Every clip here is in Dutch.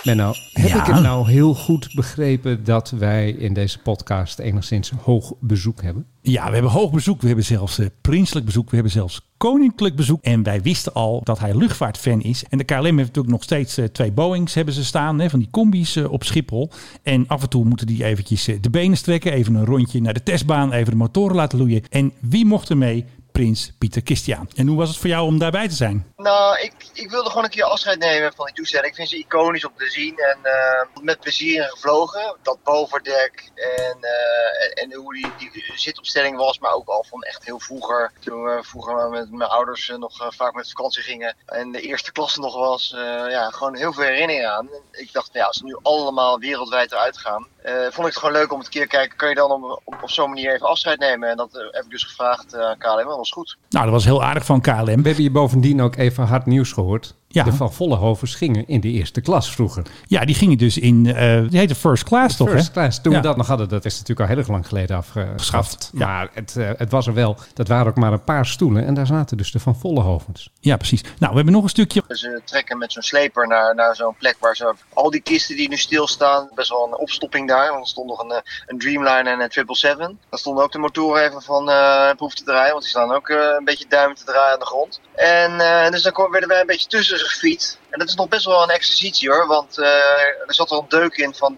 Menno, heb ik het nou heel goed begrepen dat wij in deze podcast enigszins hoog bezoek hebben? Ja, we hebben hoog bezoek. We hebben zelfs prinselijk bezoek. We hebben zelfs koninklijk bezoek. En wij wisten al dat hij luchtvaartfan is. En de KLM heeft natuurlijk nog steeds 2 Boeings hebben ze staan. Hè, van die combi's op Schiphol. En af en toe moeten die eventjes de benen strekken. Even een rondje naar de testbaan. Even de motoren laten loeien. En wie mocht er mee? Prins Pieter Christian. En hoe was het voor jou om daarbij te zijn? Nou, ik wilde gewoon een keer afscheid nemen van die toestelling. Ik vind ze iconisch om te zien en met plezier gevlogen. Dat boverdek en hoe die zitopstelling was, maar ook al van echt heel vroeger. Toen we vroeger met mijn ouders nog vaak met vakantie gingen en de eerste klasse nog was. Gewoon heel veel herinneringen aan. En ik dacht, als ze nu allemaal wereldwijd eruit gaan, vond ik het gewoon leuk om een keer te kijken, kan je dan op zo'n manier even afscheid nemen? En dat heb ik dus gevraagd aan KLM, dat was goed. Nou, dat was heel aardig van KLM. We hebben hier bovendien ook even hard nieuws gehoord. Ja. De Van Vollenhovens gingen in de eerste klas vroeger. Ja, die gingen dus in, die heette First Class toch? First Class. Toen we Ja. dat nog hadden, dat is natuurlijk al heel erg lang geleden afgeschaft. Ja. Maar het was er wel. Dat waren ook maar een paar stoelen. En daar zaten dus de Van Vollenhovens. Ja, precies. Nou, we hebben nog een stukje. Ze trekken met zo'n sleper naar zo'n plek waar ze al die kisten die nu stilstaan, best wel een opstopping daar. Want er stond nog een Dreamliner en een 777. Daar stonden ook de motoren even van proef te draaien, want die staan ook een beetje duimen te draaien aan de grond. En dus dan werden wij een beetje tussen ze gefietst. En dat is nog best wel een exercitie hoor, want er zat wel een deuk in van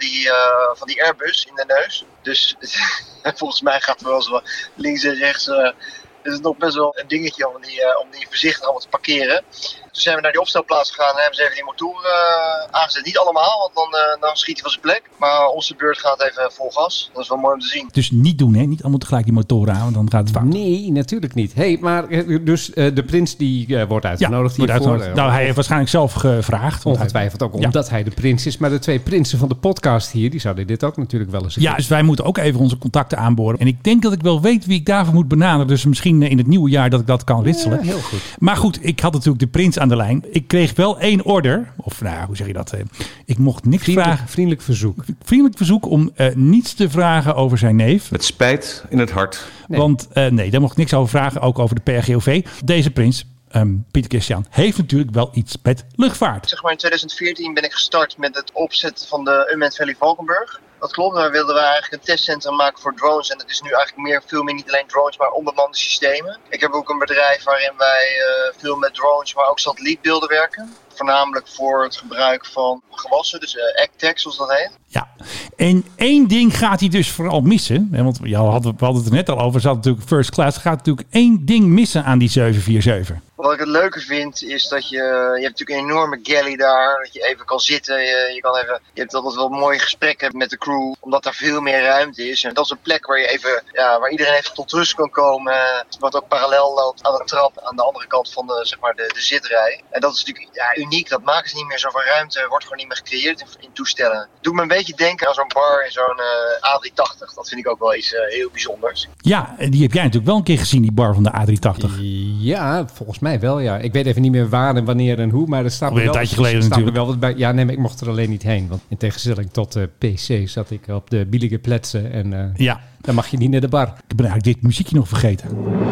die Airbus in de neus. Dus volgens mij gaat er wel zo links en rechts. Het is nog best wel een dingetje om die voorzichtig allemaal te parkeren. Toen zijn we naar die opstelplaats gegaan en hebben ze even die motoren aangezet. Niet allemaal, want dan schiet hij van zijn plek. Maar onze beurt gaat even vol gas. Dat is wel mooi om te zien. Dus niet doen, hè? Niet allemaal tegelijk die motoren aan, want dan gaat het fout. Nee, natuurlijk niet. Hey, maar dus de prins die wordt uitgenodigd hiervoor. Nou, hij heeft waarschijnlijk zelf gevraagd. Ongetwijfeld ook omdat hij de prins is. Maar de 2 prinsen van de podcast hier, die zouden dit ook natuurlijk wel eens een Ja, dus wij moeten ook even onze contacten aanboren. En ik denk dat ik wel weet wie ik daarvoor moet benaderen. Dus misschien in het nieuwe jaar dat ik dat kan ritselen. Ja, heel goed. Maar goed, ik had natuurlijk de prins aan de lijn. Ik kreeg wel 1 order. Of nou, hoe zeg je dat? Ik mocht niks vragen. Vriendelijk verzoek. Vriendelijk verzoek om niets te vragen over zijn neef. Met spijt in het hart. Nee. Want daar mocht ik niks over vragen. Ook over de PRGOV. Deze prins, Pieter Christian, heeft natuurlijk wel iets met luchtvaart. Zeg maar in 2014 ben ik gestart met het opzetten van de Unmanned Valley Valkenburg. Dat klopt, daar wilden we eigenlijk een testcentrum maken voor drones. En dat is nu eigenlijk veel meer niet alleen drones, maar onbemande systemen. Ik heb ook een bedrijf waarin wij veel met drones, maar ook satellietbeelden werken. Voornamelijk voor het gebruik van gewassen, dus AgTech zoals dat heet. Ja, en 1 ding gaat hij dus vooral missen. Want we hadden het er net al over, zat natuurlijk First Class. Gaat natuurlijk 1 ding missen aan die 747. Wat ik het leuke vind is dat je hebt natuurlijk een enorme galley daar, dat je even kan zitten. Je hebt altijd wel mooie gesprekken met de crew, omdat daar veel meer ruimte is. En dat is een plek waar je even, waar iedereen even tot rust kan komen. Wat ook parallel loopt aan de trap aan de andere kant van de zitrij. En dat is natuurlijk uniek. Dat maken ze niet meer. Zoveel ruimte wordt gewoon niet meer gecreëerd in toestellen. Doet me een beetje denken aan zo'n bar in zo'n A380. Dat vind ik ook wel iets heel bijzonders. Ja, die heb jij natuurlijk wel een keer gezien, die bar van de A380. Ja, volgens mij wel, ja. Ik weet even niet meer waar en wanneer en hoe, maar er staat Alweer een tijdje geleden natuurlijk. wel wat bij. Ja, nee, maar ik mocht er alleen niet heen. Want in tegenstelling tot PC zat ik op de billige pletsen en dan mag je niet naar de bar. Ik ben eigenlijk dit muziekje nog vergeten.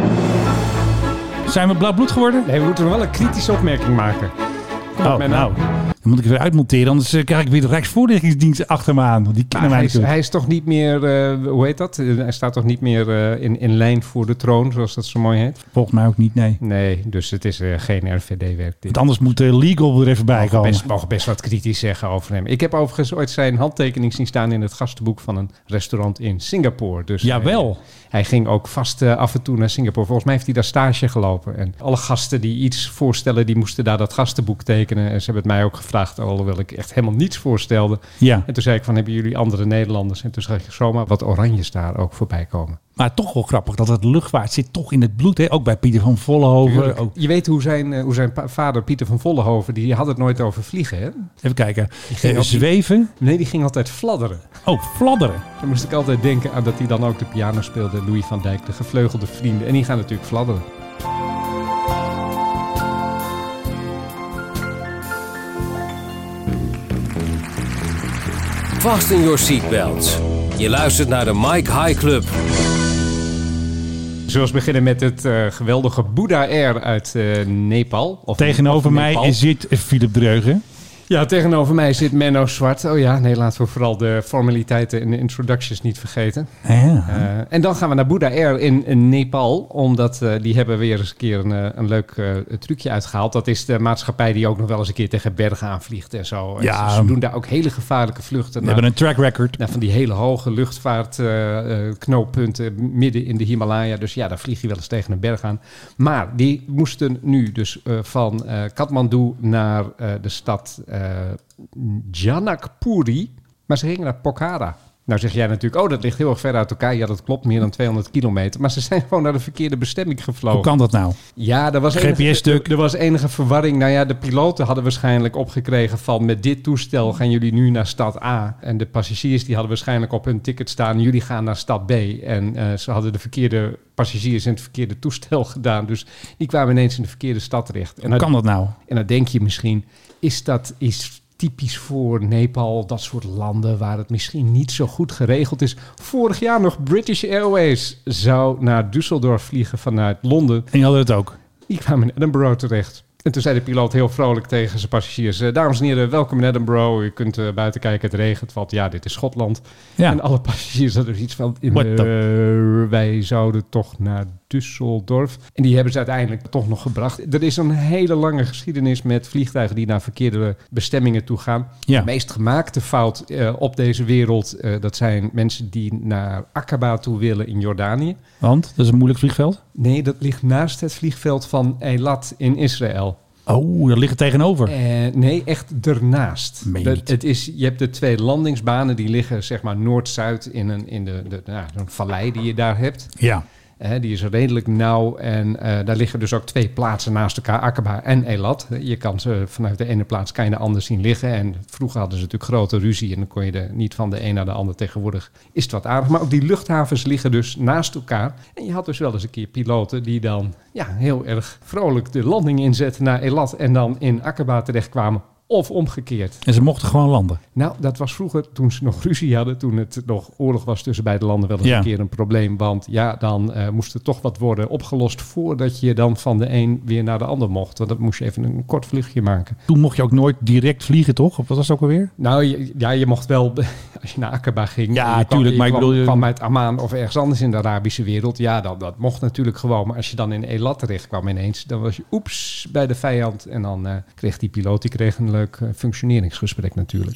Zijn we blauw bloed geworden? Nee, we moeten nog wel een kritische opmerking maken. Nou, dan moet ik weer uitmonteren, anders krijg ik weer de Rijksvoorlichtingsdienst achter me aan. Want die kennen mij natuurlijk. Hij is toch niet meer, hoe heet dat? Hij staat toch niet meer in lijn voor de troon, zoals dat zo mooi heet? Volgens mij ook niet, nee. Nee, dus het is geen RVD-werk. Want anders moet legal er even bij komen. Mogen best wat kritisch zeggen over hem. Ik heb overigens ooit zijn handtekening zien staan in het gastenboek van een restaurant in Singapore. Dus jawel. Hij ging ook vast af en toe naar Singapore. Volgens mij heeft hij daar stage gelopen. En alle gasten die iets voorstellen, die moesten daar dat gastenboek tekenen. En ze hebben het mij ook gevraagd, alhoewel ik echt helemaal niets voorstelde. Ja. En toen zei ik van, hebben jullie andere Nederlanders? En toen zag je zomaar wat Oranjes daar ook voorbij komen. Maar toch wel grappig dat het luchtvaart zit toch in het bloed. Hè? Ook bij Pieter van Vollenhoven. Je weet hoe zijn vader Pieter van Vollenhoven, die had het nooit over vliegen, hè? Even kijken. Ging Zweven? Nee, die ging altijd fladderen. Oh, fladderen. Dan moest ik altijd denken aan dat hij dan ook de piano speelde. Louis van Dijk, de gevleugelde vrienden. En die gaan natuurlijk fladderen. Fasten your seatbelts. Je luistert naar de Mike High Club. Zoals beginnen met het geweldige Buddha Air uit Nepal. Tegenover mij zit Philip Dreugen. Ja, tegenover mij zit Menno Zwart. Oh ja, nee, laten we vooral de formaliteiten en de introductions niet vergeten. Ja. En dan gaan we naar Buddha Air in Nepal. Omdat die hebben weer eens een keer een leuk trucje uitgehaald. Dat is de maatschappij die ook nog wel eens een keer tegen bergen aanvliegt en zo. Ja. Ze doen daar ook hele gevaarlijke vluchten. We hebben een track record. Van die hele hoge luchtvaartknooppunten midden in de Himalaya. Dus ja, daar vlieg je wel eens tegen een berg aan. Maar die moesten nu dus van Kathmandu naar de stad Janakpuri. Maar ze gingen naar Pokhara. Nou zeg jij natuurlijk, dat ligt heel erg ver uit elkaar. Ja, dat klopt, meer dan 200 kilometer. Maar ze zijn gewoon naar de verkeerde bestemming gevlogen. Hoe kan dat nou? Ja, er was enige verwarring. Nou ja, de piloten hadden waarschijnlijk opgekregen van... met dit toestel gaan jullie nu naar stad A. En de passagiers die hadden waarschijnlijk op hun ticket staan... jullie gaan naar stad B. En ze hadden de verkeerde passagiers in het verkeerde toestel gedaan. Dus die kwamen ineens in de verkeerde stad terecht. Hoe kan dat nou? En dan denk je misschien, is typisch voor Nepal, dat soort landen waar het misschien niet zo goed geregeld is. Vorig jaar nog British Airways zou naar Düsseldorf vliegen vanuit Londen. En die hadden het ook. Die kwamen in Edinburgh terecht. En toen zei de piloot heel vrolijk tegen zijn passagiers... dames en heren, welkom in Edinburgh. U kunt buiten kijken, het regent. Want ja, dit is Schotland. Ja. En alle passagiers hadden dus iets van... wij zouden toch naar Düsseldorf. En die hebben ze uiteindelijk toch nog gebracht. Er is een hele lange geschiedenis met vliegtuigen... die naar verkeerde bestemmingen toe gaan. Ja. De meest gemaakte fout op deze wereld... dat zijn mensen die naar Aqaba toe willen in Jordanië. Want? Dat is een moeilijk vliegveld? Nee, dat ligt naast het vliegveld van Eilat in Israël. Oh, dat ligt er tegenover. Nee, echt ernaast. Meen niet. Je hebt de 2 landingsbanen die liggen zeg maar noord-zuid in zo'n vallei die je daar hebt. Ja. Die is redelijk nauw en daar liggen dus ook 2 plaatsen naast elkaar, Aqaba en Eilat. Je kan ze vanuit de ene plaats kan je de ander zien liggen. En vroeger hadden ze natuurlijk grote ruzie en dan kon je er niet van de een naar de ander. Tegenwoordig is het wat aardig. Maar ook die luchthavens liggen dus naast elkaar. En je had dus wel eens een keer piloten die dan heel erg vrolijk de landing inzetten naar Eilat en dan in Aqaba terechtkwamen. Of omgekeerd. En ze mochten gewoon landen. Nou, dat was vroeger toen ze nog ruzie hadden. Toen het nog oorlog was tussen beide landen wel eens een keer een probleem. Want ja, dan moest er toch wat worden opgelost... voordat je dan van de een weer naar de ander mocht. Want dat moest je even een kort vluchtje maken. Toen mocht je ook nooit direct vliegen, toch? Of wat was het ook alweer? Nou, je mocht wel... Als je naar Aqaba ging... Ja, tuurlijk. Maar ik bedoel... Je kwam uit Amman of ergens anders in de Arabische wereld. Ja, dat mocht natuurlijk gewoon. Maar als je dan in Eilat terecht kwam ineens... dan was je bij de vijand. En dan kreeg die piloot een leuk functioneringsgesprek natuurlijk.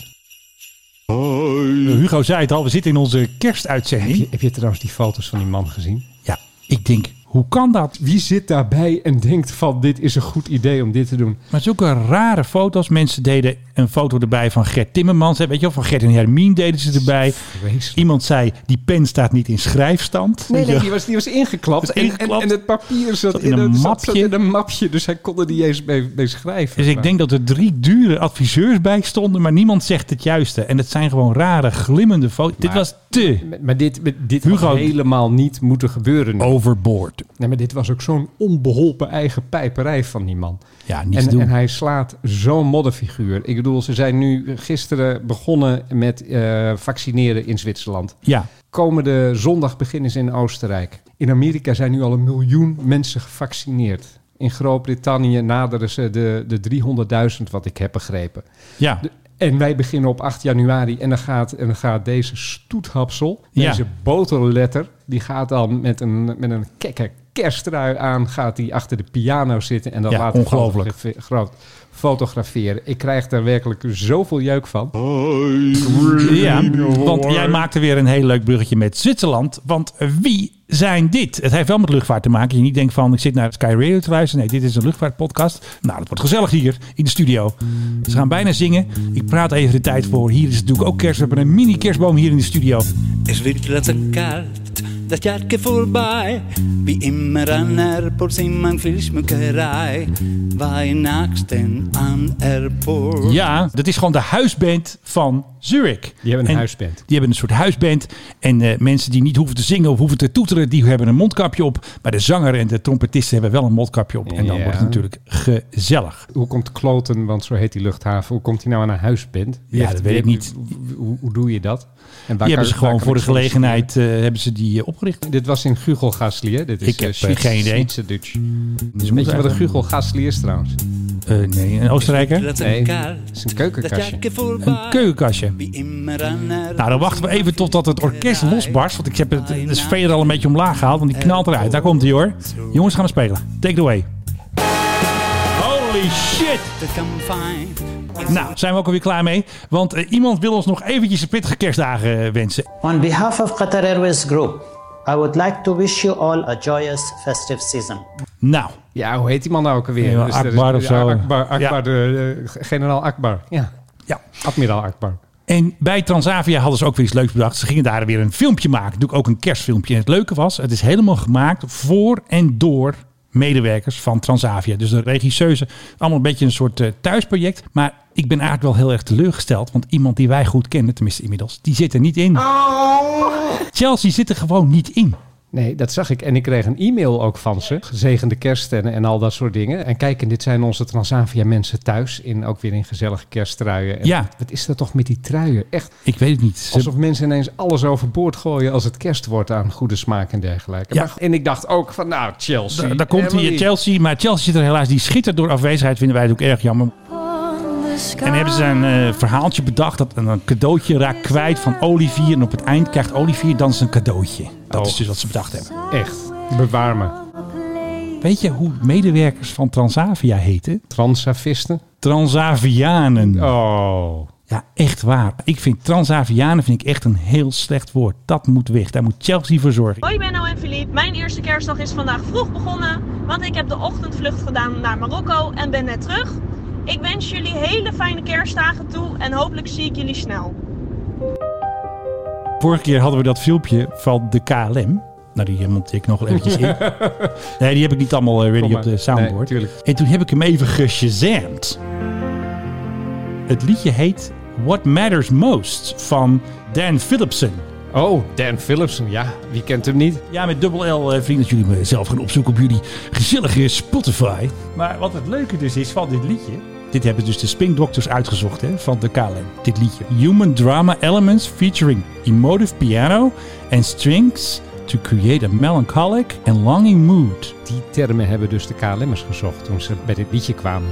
Hugo zei het al, we zitten in onze kerstuitzending. Heb je trouwens die foto's van die man gezien? Ja, ik denk, hoe kan dat? Wie zit daarbij en denkt van dit is een goed idee om dit te doen? Maar zulke rare foto's. Mensen deden een foto erbij van Gert Timmermans. Weet je wel, van Gert en Hermine deden ze erbij. Vreselijk. Iemand zei, die pen staat niet in schrijfstand. Nee, die was ingeklapt. En het papier zat in een mapje. Dus hij kon er niet eens mee schrijven. Dus ik denk dat er 3 dure adviseurs bij stonden. Maar niemand zegt het juiste. En het zijn gewoon rare, glimmende foto's. Dit was te... Maar dit Hugo, had helemaal niet moeten gebeuren. Overboord. Nee, maar dit was ook zo'n onbeholpen eigen pijperij van die man. Ja, niet te doen. En hij slaat zo'n modderfiguur. Ik bedoel, ze zijn nu gisteren begonnen met vaccineren in Zwitserland. Ja. Komende zondag beginnen ze in Oostenrijk. In Amerika zijn nu al 1 miljoen mensen gevaccineerd. In Groot-Brittannië naderen ze de 300.000, wat ik heb begrepen. Ja. En wij beginnen op 8 januari en dan gaat deze stoethapsel, deze boterletter, die gaat dan met een kekke kersttrui aan, gaat die achter de piano zitten en dan laat hij fotograferen. Ik krijg daar werkelijk zoveel jeuk van. Ja, want jij maakte weer een heel leuk bruggetje met Zwitserland. Want wie zijn dit? Het heeft wel met luchtvaart te maken. Je niet denkt van, ik zit naar Sky Radio te luisteren. Nee, dit is een luchtvaartpodcast. Nou, dat wordt gezellig hier in de studio. Ze gaan bijna zingen. Ik praat even de tijd voor. Hier is het natuurlijk ook kerst. We hebben een mini kerstboom hier in de studio. Es wird så kallt, dat jacket voorbij. Wie immer an Airport sin man vliegschmuckerij. Weihnachten aan Airport. Ja, dat is gewoon de huisband van Zurich. Die hebben een huisband. Die hebben een soort huisband. En mensen die niet hoeven te zingen of hoeven te toeteren, die hebben een mondkapje op. Maar de zanger en de trompetisten hebben wel een mondkapje op. En dan wordt het natuurlijk gezellig. Hoe komt Kloten, want zo heet die luchthaven, hoe komt hij nou aan een huisband? Dat weet ik niet. Hoe doe je dat? En die hebben ze gewoon voor de gelegenheid hebben ze die opgericht. Dit was in Gugelgasli, hè? Dit is ik heb geen idee. Dutch. Dus weet je wat een Gugelgasli is trouwens? Nee, een Oostenrijker? Nee, het is een keukenkastje. Een keukenkastje. Nou, dan wachten we even totdat het orkest losbarst. Want ik heb de sfeer al een beetje omlaag gehaald. Want die knalt eruit. Daar komt hij hoor. Jongens, gaan we spelen. Take it away. Holy shit! Nou, zijn we ook alweer klaar mee. Want iemand wil ons nog eventjes een pittige kerstdagen wensen. On behalf of Qatar Airways Group, I would like to wish you all a joyous festive season. Nou. Ja, hoe heet die man nou ook alweer? Ja, Akbar of zo. Akbar, generaal Akbar. Ja, admiraal Akbar. En bij Transavia hadden ze ook weer iets leuks bedacht. Ze gingen daar weer een filmpje maken. Natuurlijk ook een kerstfilmpje. En het leuke was, het is helemaal gemaakt voor en door medewerkers van Transavia. Dus de regisseuzen, allemaal een beetje een soort thuisproject. Maar ik ben eigenlijk wel heel erg teleurgesteld. Want iemand die wij goed kennen, tenminste inmiddels, die zit er niet in. Chelsea zit er gewoon niet in. Nee, dat zag ik. En ik kreeg een e-mail ook van ze. Gezegende kerst en al dat soort dingen. En kijk, en dit zijn onze Transavia mensen thuis. Ook weer in gezellige kersttruien. En ja. Wat is dat toch met die truien? Echt. Ik weet het niet. Alsof mensen ineens alles overboord gooien als het kerst wordt aan goede smaak en dergelijke. Ja. Maar, en ik dacht ook van, nou, Chelsea. Daar komt hier Chelsea. Maar Chelsea zit er helaas. Die schittert door afwezigheid. Vinden wij het ook erg jammer. En hebben ze een verhaaltje bedacht dat een cadeautje raakt kwijt van Olivier. En op het eind krijgt Olivier dan zijn cadeautje. Dat is dus wat ze bedacht hebben. Echt, bewaar me. Weet je hoe medewerkers van Transavia heten? Transavisten? Transavianen. Oh. Ja, echt waar. Ik vind Transavianen echt een heel slecht woord. Dat moet weg. Daar moet Chelsea voor zorgen. Hoi Benno en Philippe. Mijn eerste kerstdag is vandaag vroeg begonnen. Want ik heb de ochtendvlucht gedaan naar Marokko en ben net terug. Ik wens jullie hele fijne kerstdagen toe en hopelijk zie ik jullie snel. Vorige keer hadden we dat filmpje van de KLM. Nou, die monteer ik nog wel eventjes in. Nee, die heb ik niet allemaal ready op de soundboard. Nee, en toen heb ik hem even geshazamd. Het liedje heet What Matters Most van Dan Philipson. Oh, Dan Philipson, ja. Wie kent hem niet? Ja, met dubbel L, vrienden, dat jullie me zelf gaan opzoeken op jullie gezellige Spotify. Maar wat het leuke dus is van dit liedje. Dit hebben dus de Spin Doctors uitgezocht van de KLM. Dit liedje. Human drama elements featuring emotive piano and strings to create a melancholic and longing mood. Die termen hebben dus de KLM'ers gezocht toen ze bij dit liedje kwamen.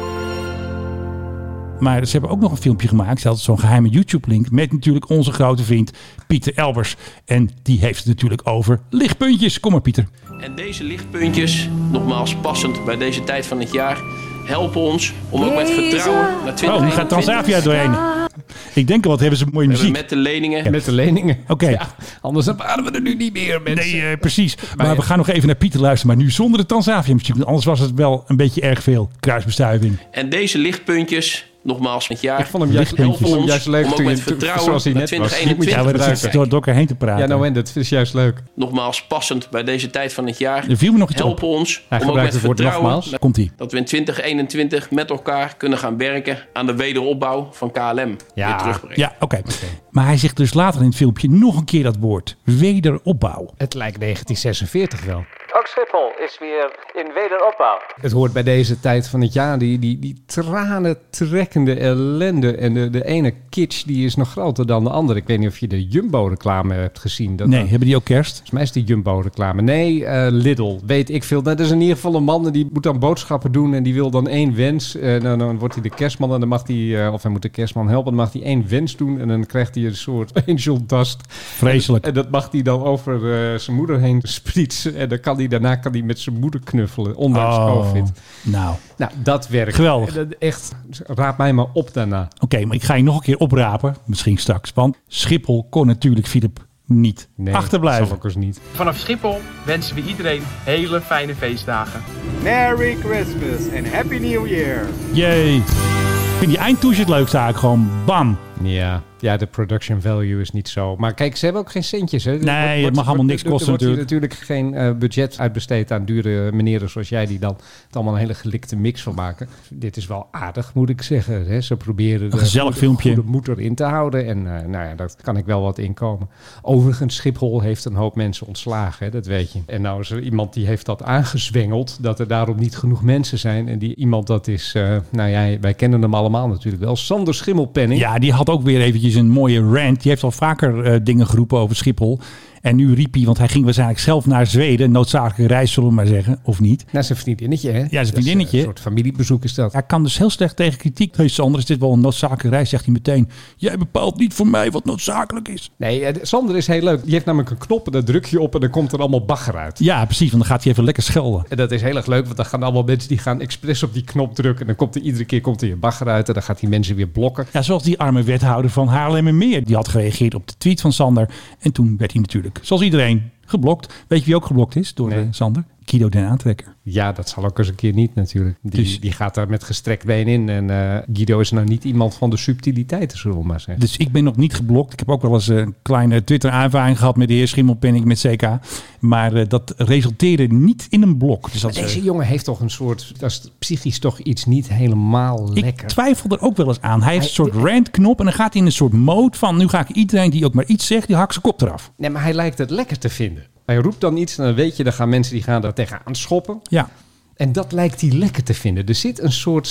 Maar ze hebben ook nog een filmpje gemaakt. Ze hadden zo'n geheime YouTube-link met natuurlijk onze grote vriend Pieter Elbers. En die heeft het natuurlijk over lichtpuntjes. Kom maar, Pieter. En deze lichtpuntjes, nogmaals passend bij deze tijd van het jaar, helpen ons om ook met vertrouwen naar 2021. Oh, nu gaat Transavia doorheen. Ik denk al, wat hebben ze mooie muziek. Met de leningen. Ja, met de leningen. Oké. Ja, anders waren we er nu niet meer, mensen. Nee, precies. Maar we gaan nog even naar Pieter luisteren. Maar nu zonder de Transavia muziek. Anders was het wel een beetje erg veel kruisbestuiving. En deze lichtpuntjes, nogmaals het jaar. Ik vond hem juist leuk om ook met vertrouwen zoals hij naar net 2021. Ja, we zitten door elkaar heen te praten. Ja, nou en dat is juist leuk. Nogmaals passend bij deze tijd van het jaar. Er viel me nog iets helpen op. ons Hij om ook met vertrouwen nogmaals. Komt-ie. dat we in 2021 met elkaar kunnen gaan werken aan de wederopbouw van KLM. Weer terugbrengen. Ja, oké. Maar hij zegt dus later in het filmpje nog een keer dat woord. Wederopbouw. Het lijkt 1946 wel. Ook Schiphol is weer in wederopbouw. Het hoort bij deze tijd van het jaar, die tranentrekkende ellende. En de ene kitsch die is nog groter dan de andere. Ik weet niet of je de Jumbo-reclame hebt gezien. Nee, hebben die ook kerst? Volgens mij is die Jumbo-reclame. Nee, Lidl, weet ik veel. Dat is in ieder geval een man die moet dan boodschappen doen en die wil dan één wens. Dan wordt hij de kerstman en dan mag hij, of hij moet de kerstman helpen, dan mag hij één wens doen en dan krijgt hij een soort angel dust. Vreselijk. En dat mag hij dan over zijn moeder heen spritsen en dan daarna kan hij met zijn moeder knuffelen, ondanks COVID. Nou, dat werkt. Geweldig. Echt, raap mij maar op daarna. Oké, maar ik ga je nog een keer oprapen. Misschien straks. Want Schiphol kon natuurlijk, Filip, niet achterblijven. Dat zal ook eens niet. Vanaf Schiphol wensen we iedereen hele fijne feestdagen. Merry Christmas and Happy New Year. Jee. Ik vind die eindtoesje het leukste eigenlijk. Gewoon bam. Ja, de production value is niet zo. Maar kijk, ze hebben ook geen centjes. Hè. Nee, het mag allemaal niks kosten natuurlijk. Er wordt natuurlijk geen budget uitbesteed aan dure meneren zoals jij die dan het allemaal een hele gelikte mix van maken. Dit is wel aardig, moet ik zeggen. Hè. Ze proberen een gezellig filmpje. De moed erin te houden. En daar kan ik wel wat inkomen. Overigens, Schiphol heeft een hoop mensen ontslagen. Hè, dat weet je. En nou is er iemand die heeft dat aangezwengeld. Dat er daarom niet genoeg mensen zijn. En die iemand dat is, wij kennen hem allemaal natuurlijk wel. Sander Schimmelpenninck. Ja, die had ook weer eventjes een mooie rant. Die heeft al vaker dingen geroepen over Schiphol. En nu riep hij, want hij ging waarschijnlijk zelf naar Zweden. Noodzakelijke reis, zullen we maar zeggen. Of niet? Nou, zijn vriendinnetje, hè? Ja, zijn vriendinnetje. Een soort familiebezoek is dat. Hij kan dus heel slecht tegen kritiek. Hey Sander, is dit wel een noodzakelijke reis? Zegt hij meteen. Jij bepaalt niet voor mij wat noodzakelijk is. Nee, Sander is heel leuk. Die heeft namelijk een knop en daar druk je op en dan komt er allemaal bagger uit. Ja, precies. Want dan gaat hij even lekker schelden. En dat is heel erg leuk, want dan gaan allemaal mensen die gaan expres op die knop drukken. En dan komt er iedere keer een bagger uit en dan gaat die mensen weer blokken. Ja, zoals die arme wethouder van Haarlemmermeer. Die had gereageerd op de tweet van Sander. En toen werd hij natuurlijk, zoals iedereen, geblokt. Weet je wie ook geblokt is door Sander? Guido den Aantrekker. Ja, dat zal ook eens een keer niet natuurlijk. Die gaat daar met gestrekt been in. En Guido is nou niet iemand van de subtiliteiten, zullen we maar zeggen. Dus ik ben nog niet geblokt. Ik heb ook wel eens een kleine Twitter-aanvaring gehad met de heer Schimmelpenninck met CK. Maar dat resulteerde niet in een blok. Dus deze jongen heeft toch een soort... Dat is psychisch toch iets niet helemaal lekker. Ik twijfel er ook wel eens aan. Hij heeft een soort rantknop en dan gaat hij in een soort mode van... Nu ga ik iedereen die ook maar iets zegt, die hak zijn kop eraf. Nee, maar hij lijkt het lekker te vinden. Hij roept dan iets en dan weet je, dan gaan mensen die gaan daar tegenaan schoppen. Ja. En dat lijkt hij lekker te vinden. Er zit een soort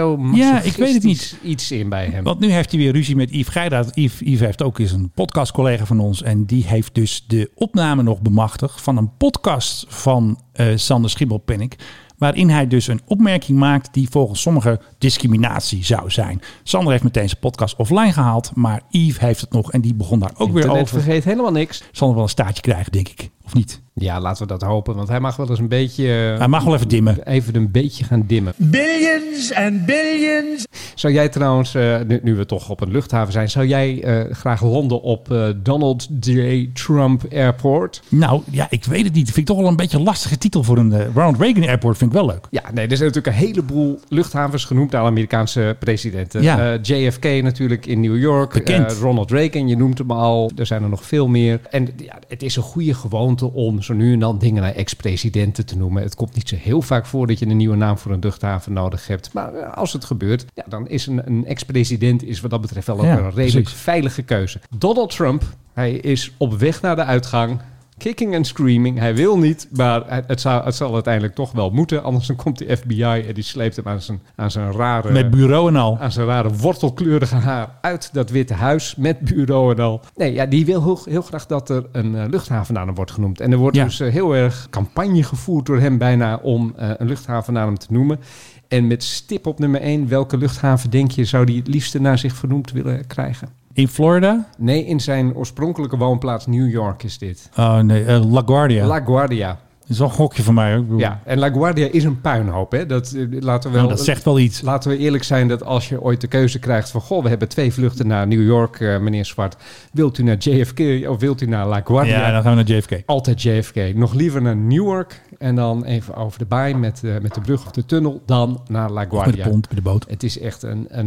Ja, ik weet het niet. Iets in bij hem. Want nu heeft hij weer ruzie met Yves Geiraat. Yves heeft ook eens een podcastcollega van ons. En die heeft dus de opname nog bemachtigd van een podcast van Sander Schimmelpenninck. Waarin hij dus een opmerking maakt die volgens sommigen discriminatie zou zijn. Sander heeft meteen zijn podcast offline gehaald. Maar Yves heeft het nog en die begon daar ook weer over. Vergeet helemaal niks. Sander wel een staartje krijgen, denk ik. Of niet? Ja, laten we dat hopen. Want hij mag wel eens een beetje... Hij mag wel even dimmen. Even een beetje gaan dimmen. Billions and billions. Zou jij trouwens, nu we toch op een luchthaven zijn... zou jij graag landen op Donald J. Trump Airport? Nou, ja, ik weet het niet. Dat vind ik toch wel een beetje een lastige titel voor een Ronald Reagan Airport. Vind ik wel leuk. Ja, nee, er zijn natuurlijk een heleboel luchthavens genoemd naar Amerikaanse presidenten. Ja. JFK natuurlijk in New York. Ronald Reagan, je noemt hem al. Er zijn er nog veel meer. En ja, het is een goede gewoonte om zo nu en dan dingen naar ex-presidenten te noemen. Het komt niet zo heel vaak voor dat je een nieuwe naam voor een luchthaven nodig hebt. Maar als het gebeurt, ja, dan is een ex-president is wat dat betreft wel ook een redelijk veilige keuze. Donald Trump, hij is op weg naar de uitgang. Kicking and screaming. Hij wil niet, maar het zal uiteindelijk toch wel moeten. Anders dan komt de FBI en die sleept hem aan zijn rare... Met bureau en al. Aan zijn rare wortelkleurige haar uit dat Witte Huis met bureau en al. Nee, ja, die wil heel graag dat er een luchthaven naar hem wordt genoemd. En er wordt dus heel erg campagne gevoerd door hem bijna om een luchthaven naar hem te noemen. En met stip op nummer 1, welke luchthaven denk je zou die het liefste naar zich vernoemd willen krijgen? In Florida? Nee, in zijn oorspronkelijke woonplaats New York is dit. Oh nee, LaGuardia. LaGuardia. Dat is wel een gokje van mij. Ja, en LaGuardia is een puinhoop. Hè? Dat zegt wel iets. Laten we eerlijk zijn dat als je ooit de keuze krijgt van... Goh, we hebben 2 vluchten naar New York, meneer Zwart. Wilt u naar JFK of wilt u naar LaGuardia? Ja, dan gaan we naar JFK. Altijd JFK. Nog liever naar Newark en dan even over de baai met de brug of de tunnel... dan naar LaGuardia. Of met de pont, met de boot. Het is echt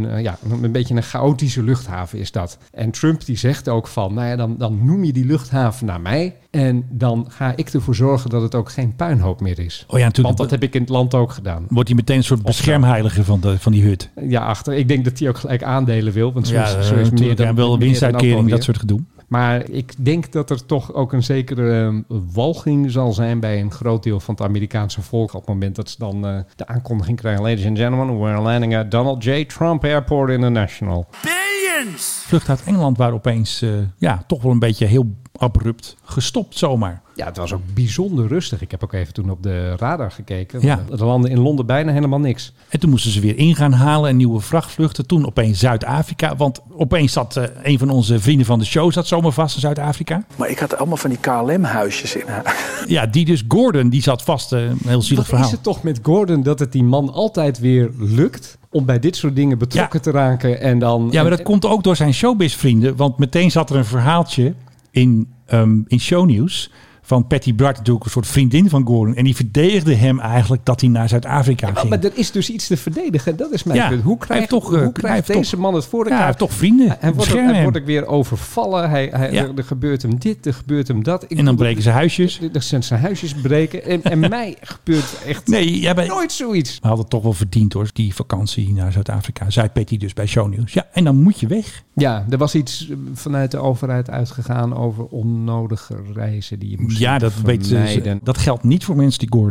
een beetje een chaotische luchthaven is dat. En Trump die zegt ook van... Nou ja, dan noem je die luchthaven naar mij... En dan ga ik ervoor zorgen dat het ook geen puinhoop meer is. Oh ja, want dat heb ik in het land ook gedaan. Wordt hij meteen een soort beschermheilige van die hut? Ja, ik denk dat hij ook gelijk aandelen wil. Want zo is meneer dan wel winstuitkering, dat soort gedoe. Maar ik denk dat er toch ook een zekere walging zal zijn bij een groot deel van het Amerikaanse volk. Op het moment dat ze dan de aankondiging krijgen. Ladies and gentlemen, we're landing at Donald J. Trump Airport International. Billions! Vlucht uit Engeland waar opeens toch wel een beetje heel abrupt gestopt zomaar. Ja, het was ook bijzonder rustig. Ik heb ook even toen op de radar gekeken. Ja. Er landde in Londen bijna helemaal niks. En toen moesten ze weer in gaan halen en nieuwe vrachtvluchten. Toen opeens Zuid-Afrika. Want opeens zat een van onze vrienden van de show zat zomaar vast in Zuid-Afrika. Maar ik had allemaal van die KLM-huisjes in. Ja, die dus Gordon, die zat vast. Een heel zielig verhaal. Is het toch met Gordon dat het die man altijd weer lukt om bij dit soort dingen betrokken te raken en dan... Ja, maar dat komt ook door zijn showbiz-vrienden. Want meteen zat er een verhaaltje in shownieuws van Patty Bart, natuurlijk een soort vriendin van Gordon. En die verdedigde hem eigenlijk dat hij naar Zuid-Afrika ging. Maar er is dus iets te verdedigen. Dat is mijn punt. Hoe krijgt deze man het voor elkaar? Ja, hij heeft toch vrienden. Hij wordt ook weer overvallen. Er gebeurt hem dit, er gebeurt hem dat. En dan breken ze huisjes. Er zijn zijn huisjes breken. En mij gebeurt echt nooit zoiets. We hadden het toch wel verdiend hoor, die vakantie naar Zuid-Afrika. Zei Patty dus bij shownieuws. Ja, en dan moet je weg. Ja, er was iets vanuit de overheid uitgegaan over onnodige reizen die je moest dat geldt niet voor mensen die Gordon heten.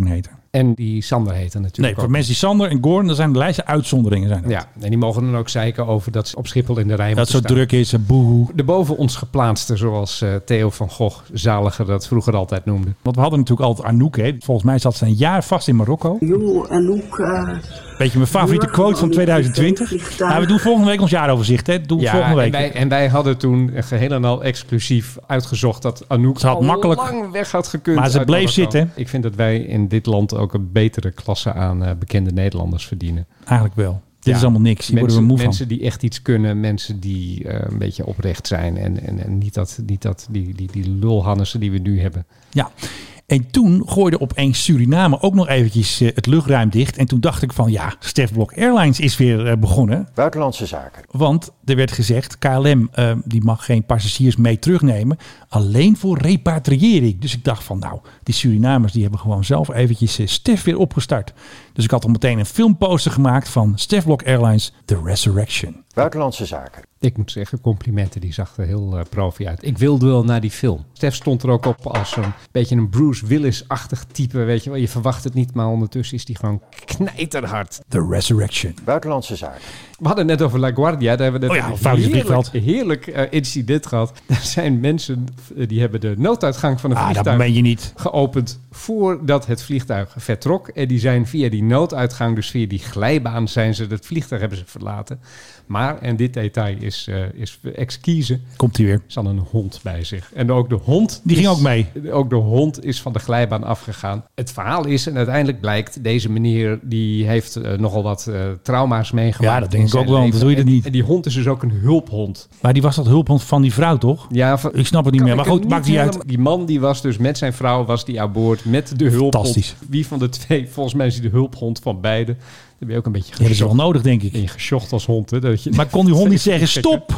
En die Sander heette natuurlijk Nee, voor mensen die Sander en Gordon, dat zijn de lijstse uitzonderingen. Zijn dat. Ja, en die mogen dan ook zeiken over dat ze op Schiphol in de rij Dat moeten zo staan. druk is, boehoe. De boven ons geplaatste, zoals Theo van Gogh zaliger dat vroeger altijd noemde. Want we hadden natuurlijk altijd Anouk. Hè. Volgens mij zat ze een jaar vast in Marokko. Anouk. Beetje mijn favoriete quote van 2020. Nou, we doen volgende week ons jaaroverzicht. Hè. Doen we volgende week. En wij hadden toen geheel en al exclusief uitgezocht dat Anouk Ze had al makkelijk lang weg had gekund. Maar ze uit bleef Marokko. zitten. Ik vind dat wij in dit land ook een betere klasse aan bekende Nederlanders verdienen. Eigenlijk wel. Dit is allemaal niks. Hier worden we moe van. Mensen die echt iets kunnen. Mensen die een beetje oprecht zijn. En niet die lulhannissen die we nu hebben. Ja. En toen gooide opeens Suriname ook nog eventjes het luchtruim dicht. En toen dacht ik van ja, Stef Blok Airlines is weer begonnen. Buitenlandse zaken. Want er werd gezegd, KLM die mag geen passagiers mee terugnemen. Alleen voor repatriëring. Dus ik dacht van nou, die Surinamers die hebben gewoon zelf eventjes Stef weer opgestart. Dus ik had al meteen een filmposter gemaakt van Stef Blok Airlines, The Resurrection. Buitenlandse zaken. Ik moet zeggen, complimenten, die zag er heel profi uit. Ik wilde wel naar die film. Stef stond er ook op als een beetje een Bruce Willis-achtig type, weet je wel. Je verwacht het niet, maar ondertussen is die gewoon knijterhard. The Resurrection. Buitenlandse zaken. We hadden het net over La Guardia. Daar hebben we net een heerlijk incident gehad. Er zijn mensen die hebben de nooduitgang van een vliegtuig dat meen je niet. geopend voordat het vliegtuig vertrok. En die zijn via die nooduitgang, dus via die glijbaan, zijn ze het vliegtuig hebben ze verlaten. Maar, en dit detail is exquise. Komt hij weer. Ze hadden een hond bij zich. En ook de hond... Die ging ook mee. Ook de hond is van de glijbaan afgegaan. Het verhaal is, en uiteindelijk blijkt, deze meneer die heeft nogal wat trauma's meegemaakt. Ja, dat denk ik ook wel, anders doe je dat niet. En die hond is dus ook een hulphond. Maar die was dat hulphond van die vrouw, toch? Ja. Ik snap het niet meer, maar goed, maakt niet uit. Die man die was dus met zijn vrouw, was die aan boord met de hulphond. Fantastisch. Wie van de twee, volgens mij is hij de hulphond van beide. Dan ben je ook een beetje gesjocht. Dat is wel nodig, denk ik. En je gesjocht als hond. Hè, dat je, maar kon die hond niet zeggen, stop?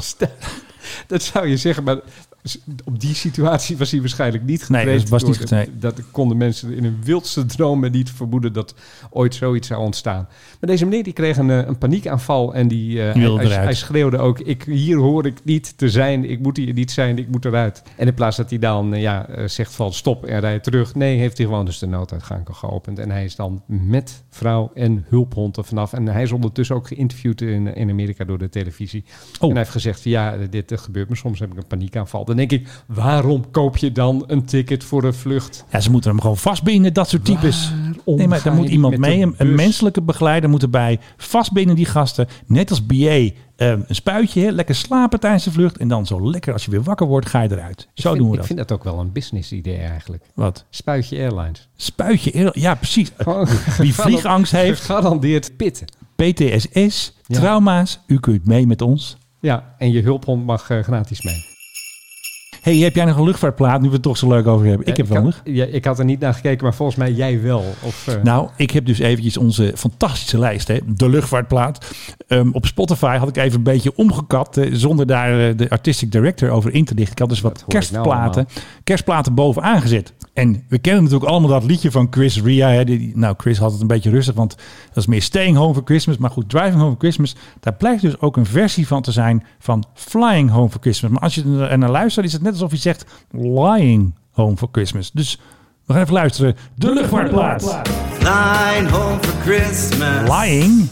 Dat zou je zeggen, maar op die situatie was hij waarschijnlijk niet getraind. Nee, dat was niet getraind. Dat konden mensen in hun wildste dromen niet vermoeden dat ooit zoiets zou ontstaan. Maar deze meneer die kreeg een paniekaanval en hij schreeuwde ook, hier hoor ik niet te zijn, ik moet hier niet zijn, ik moet eruit. En in plaats dat hij dan zegt van stop en rijdt terug, nee, heeft hij gewoon dus de nooduitgang geopend. En hij is dan met vrouw en hulphond er vanaf. En hij is ondertussen ook geïnterviewd in Amerika door de televisie. En hij heeft gezegd van ja, dit gebeurt me, soms heb ik een paniekaanval. Dan denk ik, waarom koop je dan een ticket voor een vlucht? Ja, ze moeten hem gewoon vastbinden, dat soort types. Nee, maar daar moet iemand mee. Een menselijke begeleider moet erbij. Vastbinden die gasten. Net als BA. Een spuitje, lekker slapen tijdens de vlucht. En dan zo lekker, als je weer wakker wordt, ga je eruit. Doen we dat. Ik vind dat ook wel een business idee eigenlijk. Wat? Spuitje Airlines. Spuitje Airlines, ja precies. Wie vliegangst heeft. Gegarandeerd pitten. PTSS, trauma's. U kunt mee met ons. Ja, en je hulphond mag gratis mee. Hey, heb jij nog een luchtvaartplaat, nu we het toch zo leuk over hebben? Ik heb wel nog. Ik had er niet naar gekeken, maar volgens mij jij wel. Nou, ik heb dus eventjes onze fantastische lijst, hè, de luchtvaartplaat. Op Spotify had ik even een beetje omgekapt, zonder daar de artistic director over in te lichten. Ik had dus wat kerstplaten bovenaan gezet. En we kennen natuurlijk allemaal dat liedje van Chris Ria. Hè. Chris had het een beetje rustig, want dat is meer Staying Home for Christmas. Maar goed, Driving Home for Christmas, daar blijkt dus ook een versie van te zijn van Flying Home for Christmas. Maar als je er naar luistert, is het net alsof je zegt Lying Home for Christmas. Dus we gaan even luisteren. De luchtvaartplaat. Flying home for Christmas. Lying.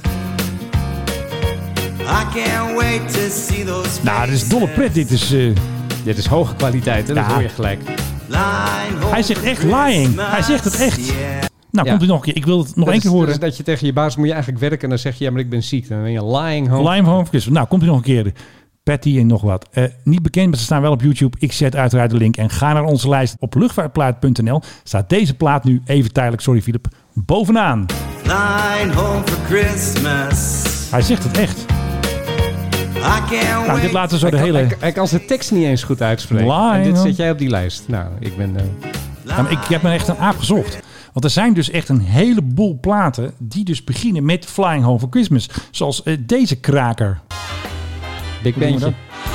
I can't wait to see those faces. Nou, dit is dolle pret. Dit is hoge kwaliteit, hè? Dat hoor je gelijk. Hij zegt echt lying. Hij zegt het echt. Nou, komt u nog een keer. Ik wil het nog één keer horen. Dus dat je tegen je baas moet je eigenlijk werken en dan zeg je ja, maar ik ben ziek. Dan ben je lying home. Lying home for Christmas. Nou, komt u nog een keer. Patty en nog wat. Niet bekend, maar ze staan wel op YouTube. Ik zet uiteraard de link en ga naar onze lijst op luchtvaartplaat.nl. Staat deze plaat nu even tijdelijk, sorry Philip, bovenaan. Flying home for Christmas. Hij zegt het echt. Nou, dit laten we zo de hele... Hij kan zijn tekst niet eens goed uitspreken. En dit zet jij op die lijst. Nou, ik ben... ik heb me echt een aap gezocht. Want er zijn dus echt een heleboel platen die dus beginnen met Flying Home for Christmas. Zoals deze kraker. Dik beentje.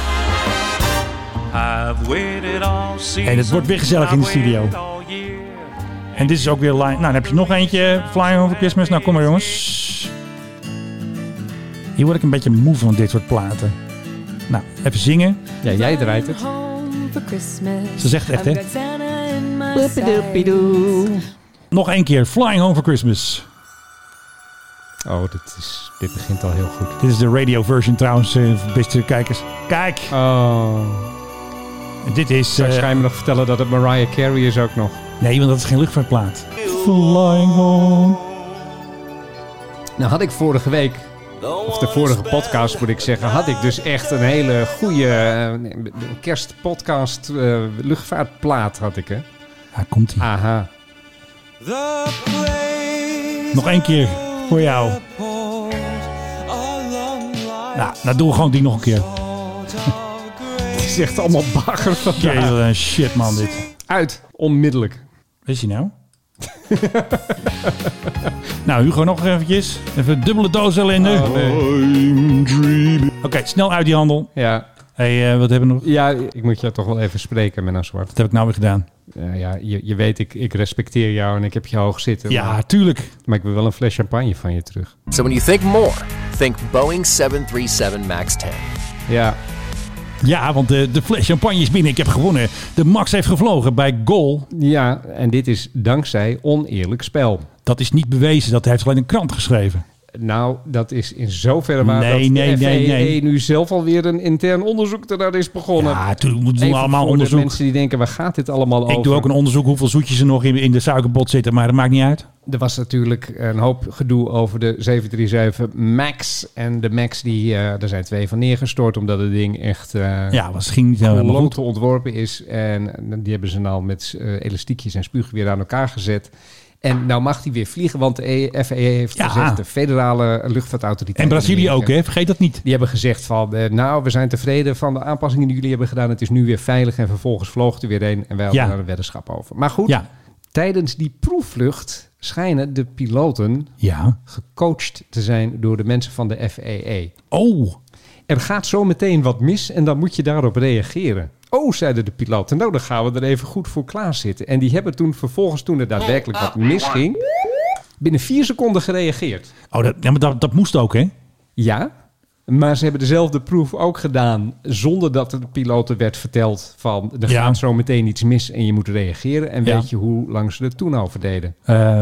En het wordt weer gezellig in de studio. En dit is ook weer line. Nou, dan heb je nog eentje. Flying Home for Christmas. Nou, kom maar jongens. Hier word ik een beetje moe van dit soort platen. Nou, even zingen. Ja, jij draait het. Ze zegt het echt, hè? nog 1 keer. Flying Home for Christmas. Oh, dit begint al heel goed. Dit is de radio version trouwens, beste kijkers. Kijk! Oh. En dit is... Straks ga je me nog vertellen dat het Mariah Carey is ook nog. Nee, want dat is geen luchtvaartplaat. Flying Home. Nou had ik vorige week, of de vorige podcast moet ik zeggen, had ik dus echt een hele goede kerstpodcast luchtvaartplaat had ik, hè. Ja, komt-ie. Aha. Nog 1 keer voor jou. Nou doen we gewoon die nog een keer. Het is echt allemaal bagger van shit man dit. Uit, onmiddellijk. Is hij nou? Nou, Hugo nog eventjes. Even een dubbele doos ellende. Oké, snel uit die handel. Ja. Hey, wat hebben we nog? Ja, ik moet jou toch wel even spreken, Menno Zwart. Wat heb ik nou weer gedaan? Ja, je weet, ik respecteer jou en ik heb je hoog zitten. Ja, tuurlijk. Maar ik wil wel een fles champagne van je terug. So when you think more, think Boeing 737 MAX 10. Ja. Ja, want de fles champagne is binnen. Ik heb gewonnen. De Max heeft gevlogen bij GOL. Ja, en dit is dankzij oneerlijk spel. Dat is niet bewezen. Dat heeft alleen een krant geschreven. Nou, dat is in zoverre waar dat de FAA nu zelf alweer een intern onderzoek ernaar is begonnen. Ja, natuurlijk moeten we even allemaal voor onderzoek. De mensen die denken, waar gaat dit allemaal over? Ik doe ook een onderzoek hoeveel zoetjes er nog in de suikerbot zitten, maar dat maakt niet uit. Er was natuurlijk een hoop gedoe over de 737 MAX. En de MAX, er zijn 2 van neergestort, omdat het ding echt ging niet helemaal goed ontworpen is. En die hebben ze nou met elastiekjes en spuuggeweer aan elkaar gezet. En nou mag hij weer vliegen, want de FAA heeft gezegd, de federale luchtvaartautoriteit. En Brazilië ook, hè? Vergeet dat niet. Die hebben gezegd van, we zijn tevreden van de aanpassingen die jullie hebben gedaan. Het is nu weer veilig en vervolgens vloog er weer een en wij hadden daar een weddenschap over. Maar goed, tijdens die proefvlucht schijnen de piloten gecoacht te zijn door de mensen van de FAA. Oh! Er gaat zo meteen wat mis en dan moet je daarop reageren. Oh, zeiden de piloten. Nou, dan gaan we er even goed voor klaarzitten. En die hebben toen vervolgens, toen er daadwerkelijk wat misging, binnen 4 seconden gereageerd. Oh, maar dat moest ook, hè? Ja, maar ze hebben dezelfde proef ook gedaan zonder dat de piloten werd verteld van er gaat zo meteen iets mis en je moet reageren. En weet je hoe lang ze er toen over deden?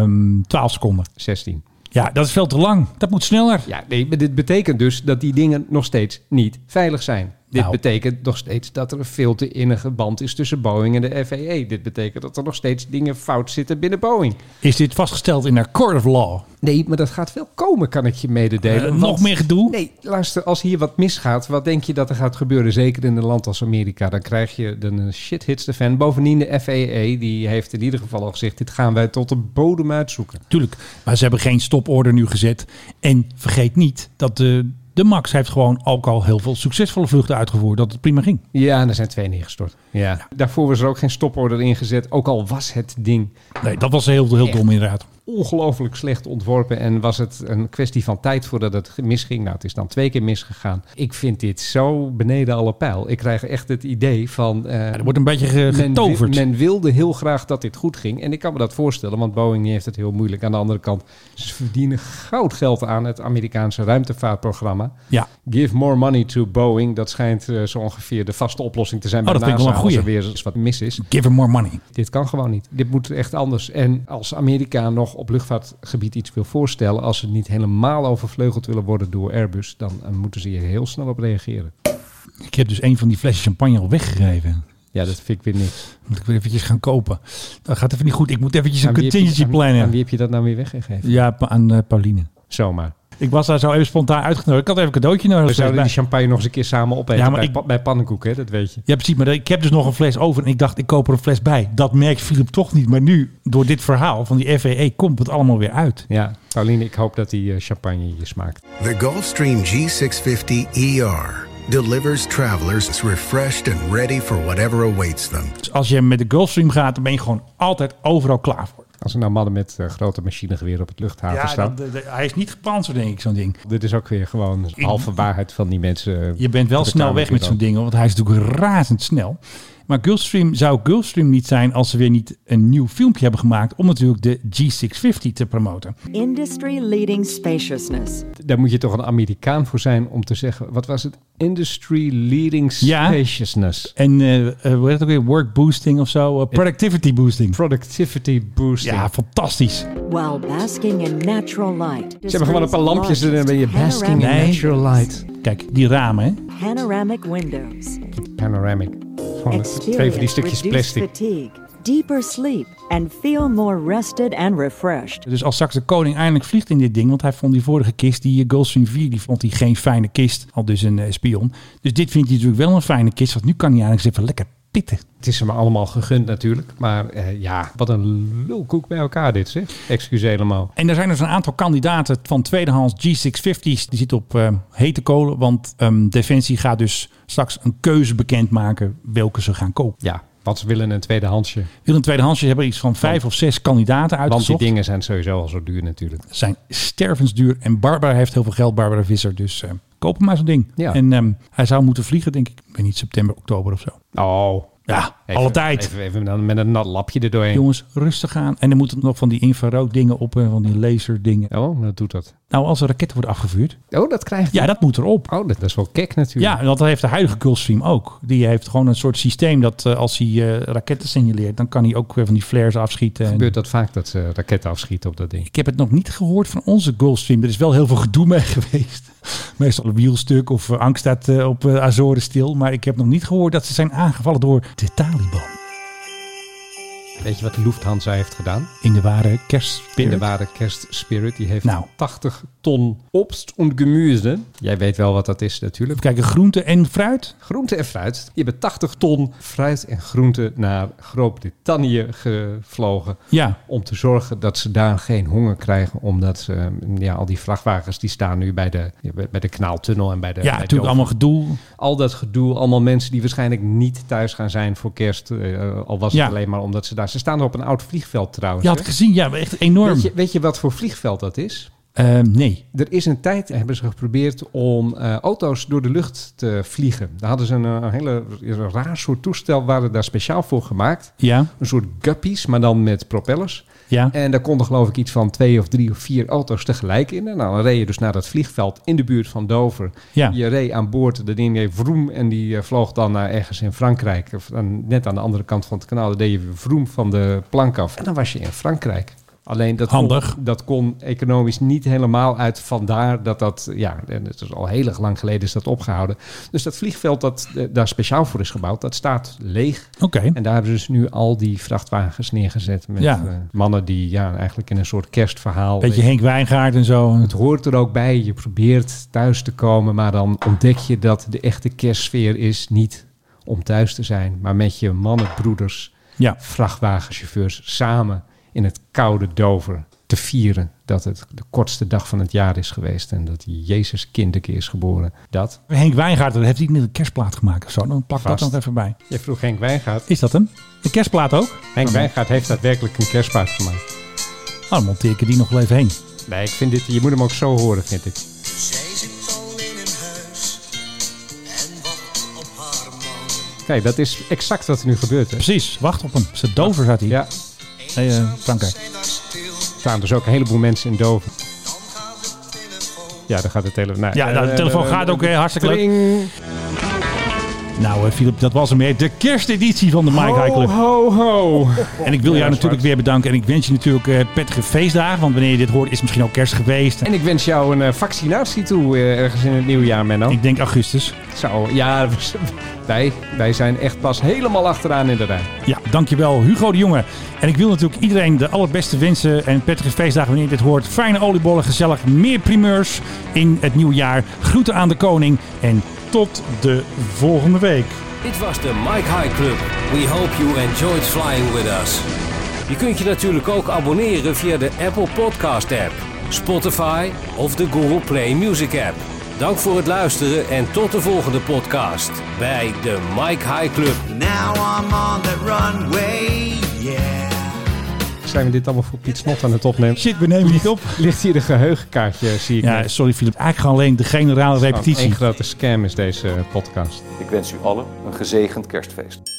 12 seconden. 16. Ja, dat is veel te lang. Dat moet sneller. Ja, nee, maar dit betekent dus dat die dingen nog steeds niet veilig zijn. Dit betekent nog steeds dat er een veel te innige band is tussen Boeing en de FAA. Dit betekent dat er nog steeds dingen fout zitten binnen Boeing. Is dit vastgesteld in een court of law? Nee, maar dat gaat wel komen, kan ik je mededelen. Nog meer gedoe? Nee, luister, als hier wat misgaat, wat denk je dat er gaat gebeuren? Zeker in een land als Amerika. Dan krijg je de shit hits the fan. Bovendien de FAA, die heeft in ieder geval al gezegd, dit gaan wij tot de bodem uitzoeken. Tuurlijk, maar ze hebben geen stoporder nu gezet. En vergeet niet dat de Max heeft gewoon ook al heel veel succesvolle vluchten uitgevoerd. Dat het prima ging. Ja, en er zijn 2 neergestort. Ja. Daarvoor was er ook geen stoporder ingezet. Ook al was het ding... Nee, dat was heel dom inderdaad. Ongelooflijk slecht ontworpen. En was het een kwestie van tijd voordat het misging. Nou, het is dan 2 keer misgegaan. Ik vind dit zo beneden alle pijl. Ik krijg echt het idee van... er wordt een beetje getoverd. Men wilde heel graag dat dit goed ging. En ik kan me dat voorstellen, want Boeing heeft het heel moeilijk. Aan de andere kant, ze verdienen goudgeld aan het Amerikaanse ruimtevaartprogramma. Ja. Give more money to Boeing. Dat schijnt zo ongeveer de vaste oplossing te zijn bij dat NASA. vind ik wel een goeie. Als er weer eens wat mis is. Give them more money. Dit kan gewoon niet. Dit moet echt anders. En als Amerika nog op luchtvaartgebied iets wil voorstellen, als ze niet helemaal overvleugeld willen worden door Airbus, dan moeten ze hier heel snel op reageren. Ik heb dus 1 van die flesjes champagne al weggegeven. Ja, dat vind ik weer niks. Moet ik weer eventjes gaan kopen. Dat gaat even niet goed. Ik moet eventjes een contingency plannen. Aan wie heb je dat nou weer weggegeven? Ja, aan Pauline. Zomaar. Ik was daar zo even spontaan uitgenodigd. Ik had even een cadeautje nodig. We zouden die champagne nog eens een keer samen opeten. Ja, maar bij pannenkoek, hè? Dat weet je. Ja, precies. Maar ik heb dus nog een fles over. En ik dacht, ik koop er een fles bij. Dat merkt Philip toch niet. Maar nu, door dit verhaal van die FAA, komt het allemaal weer uit. Ja, Pauline, ik hoop dat die champagne je smaakt. The Gulfstream G650ER delivers travelers refreshed and ready for whatever awaits them. Dus als je met de Gulfstream gaat, dan ben je gewoon altijd overal klaar voor. Als er nou mannen met grote machinegeweren op het luchthaven staan. Hij is niet gepantserd, denk ik, zo'n ding. Dit is ook weer gewoon halve waarheid van die mensen. Je bent wel snel weg met zo'n ding, want hij is natuurlijk razendsnel. Maar Gulfstream zou Gulfstream niet zijn als ze weer niet een nieuw filmpje hebben gemaakt om natuurlijk de G650 te promoten. Industry-leading spaciousness. Daar moet je toch een Amerikaan voor zijn om te zeggen, wat was het? Industry-leading spaciousness. Ja. En hoe heet het ook weer? Work boosting of zo? Productivity boosting. Productivity boosting. Ja, fantastisch. While basking in natural light. Ze hebben gewoon een paar lampjes en dan ben je basking in natural light. Kijk, die ramen, hè? Panoramic windows. Panoramic. Gewoon twee van die stukjes plastic. Fatigue, deeper sleep and feel more rested and refreshed. Dus als straks de koning eindelijk vliegt in dit ding, want hij vond die vorige kist, die Gulfstream 4, die vond hij geen fijne kist, al dus een spion. Dus dit vindt hij natuurlijk wel een fijne kist, want nu kan hij eigenlijk eens even lekker pitten. Het is hem allemaal gegund natuurlijk, maar wat een lulkoek bij elkaar dit, zeg. Excuseer helemaal. En er zijn dus een aantal kandidaten van tweedehands G650's, die zitten op hete kolen, want Defensie gaat dus straks een keuze bekendmaken welke ze gaan kopen. Ja. Want ze willen een tweedehandsje. Ze hebben iets van 5 of 6 kandidaten uitgezocht. Want die dingen zijn sowieso al zo duur natuurlijk. Ze zijn stervensduur. En Barbara heeft heel veel geld, Barbara Visser. Dus koop hem maar zo'n ding. Ja. En hij zou moeten vliegen, denk ik. Ik weet niet, september, oktober of zo. Oh. Ja, alle tijd. Even met een nat lapje erdoorheen. Jongens, rustig aan. En er moeten nog van die infrarood dingen op. Van die laser dingen. Oh, dat doet dat. Nou, als er raketten worden afgevuurd. Oh, dat krijgt hij. Ja, dat moet erop. Oh, dat is wel kek natuurlijk. Ja, dat heeft de huidige Gulfstream ook. Die heeft gewoon een soort systeem dat als hij raketten signaleert, dan kan hij ook van die flares afschieten. Gebeurt dat vaak, dat ze raketten afschieten op dat ding? Ik heb het nog niet gehoord van onze Gulfstream. Er is wel heel veel gedoe mee geweest. Meestal een wielstuk of angst staat op Azoren stil. Maar ik heb nog niet gehoord dat ze zijn aangevallen door de Taliban. Weet je wat de Lufthansa heeft gedaan? In de ware kerstspirit. In de ware kerstspirit. Die heeft 80 ton obst en gemüse. Jij weet wel wat dat is natuurlijk. Kijken, groente en fruit? Groente en fruit. Die hebben 80 ton fruit en groente naar Groot-Brittannië gevlogen. Ja. Om te zorgen dat ze daar geen honger krijgen. Omdat al die vrachtwagens die staan nu bij de Kanaaltunnel en bij de... Ja, natuurlijk allemaal gedoe. Al dat gedoe. Allemaal mensen die waarschijnlijk niet thuis gaan zijn voor kerst. Al was het alleen maar omdat ze daar... Ze staan er op een oud vliegveld trouwens. Je had het gezien, ja, echt enorm. Weet je wat voor vliegveld dat is? Nee. Er is een tijd, hebben ze geprobeerd om auto's door de lucht te vliegen. Daar hadden ze een hele raar soort toestel, waren daar speciaal voor gemaakt. Ja. Een soort guppies, maar dan met propellers. Ja. En daar konden geloof ik iets van 2 of 3 of 4 auto's tegelijk in. En dan reed je dus naar dat vliegveld in de buurt van Dover. Ja. Je reed aan boord, de ding deed vroom en die vloog dan naar ergens in Frankrijk. Of net aan de andere kant van het kanaal, dan deed je vroom van de plank af. En dan was je in Frankrijk. Alleen dat kon economisch niet helemaal uit. Vandaar dat het is al heel erg lang geleden is dat opgehouden. Dus dat vliegveld dat daar speciaal voor is gebouwd, dat staat leeg. Okay. En daar hebben ze dus nu al die vrachtwagens neergezet met mannen die eigenlijk in een soort kerstverhaal. Beetje Henk Wijngaard en zo. Het hoort er ook bij. Je probeert thuis te komen, maar dan ontdek je dat de echte kerstsfeer is niet om thuis te zijn, maar met je mannen, broeders, vrachtwagenchauffeurs samen in het koude Dover te vieren dat het de kortste dag van het jaar is geweest en dat Jezus kinderke is geboren. Dat. Henk Wijngaard, heeft hij niet een kerstplaat gemaakt of zo? Dan plak dat nog even bij. Jij vroeg Henk Wijngaard. Is dat hem? Een kerstplaat ook? Henk Wijngaard heeft daadwerkelijk een kerstplaat gemaakt. Oh, dan monteer ik er die nog wel even heen. Nee, ik vind dit, je moet hem ook zo horen, vind ik. Kijk, dat is exact wat er nu gebeurt. Hè? Precies, wacht op hem. Ze Dover zat hij. Ja. Nee, Frankrijk. Er staan dus ook een heleboel mensen in Dover. Ja, dan gaat de telefoon. De telefoon gaat ook hartstikke leuk. Nou, Philip, dat was hem weer. De kersteditie van de Mike High Club. Ho, ho. En ik wil jou natuurlijk weer bedanken. En ik wens je natuurlijk prettige feestdagen. Want wanneer je dit hoort, is misschien al kerst geweest. En ik wens jou een vaccinatie toe ergens in het nieuwjaar, Menno. Ik denk augustus. Zo, ja, wij zijn echt pas helemaal achteraan in de rij. Ja, dankjewel Hugo de Jonge. En ik wil natuurlijk iedereen de allerbeste wensen en prettige feestdagen wanneer je dit hoort. Fijne oliebollen, gezellig, meer primeurs in het nieuwjaar. Groeten aan de koning en tot de volgende week. Dit was de Mike High Club. We hope you enjoyed flying with us. Je kunt je natuurlijk ook abonneren via de Apple Podcast app, Spotify of de Google Play Music app. Dank voor het luisteren en tot de volgende podcast bij de Mike High Club. Now I'm on the runway, yeah. Zijn we dit allemaal voor Piet Snot aan het opnemen? Shit, we nemen niet op. Ligt hier een geheugenkaartje, zie ik. Ja, sorry Philip. Eigenlijk gewoon alleen de generale repetitie. Een grote scam is deze podcast. Ik wens u allen een gezegend kerstfeest.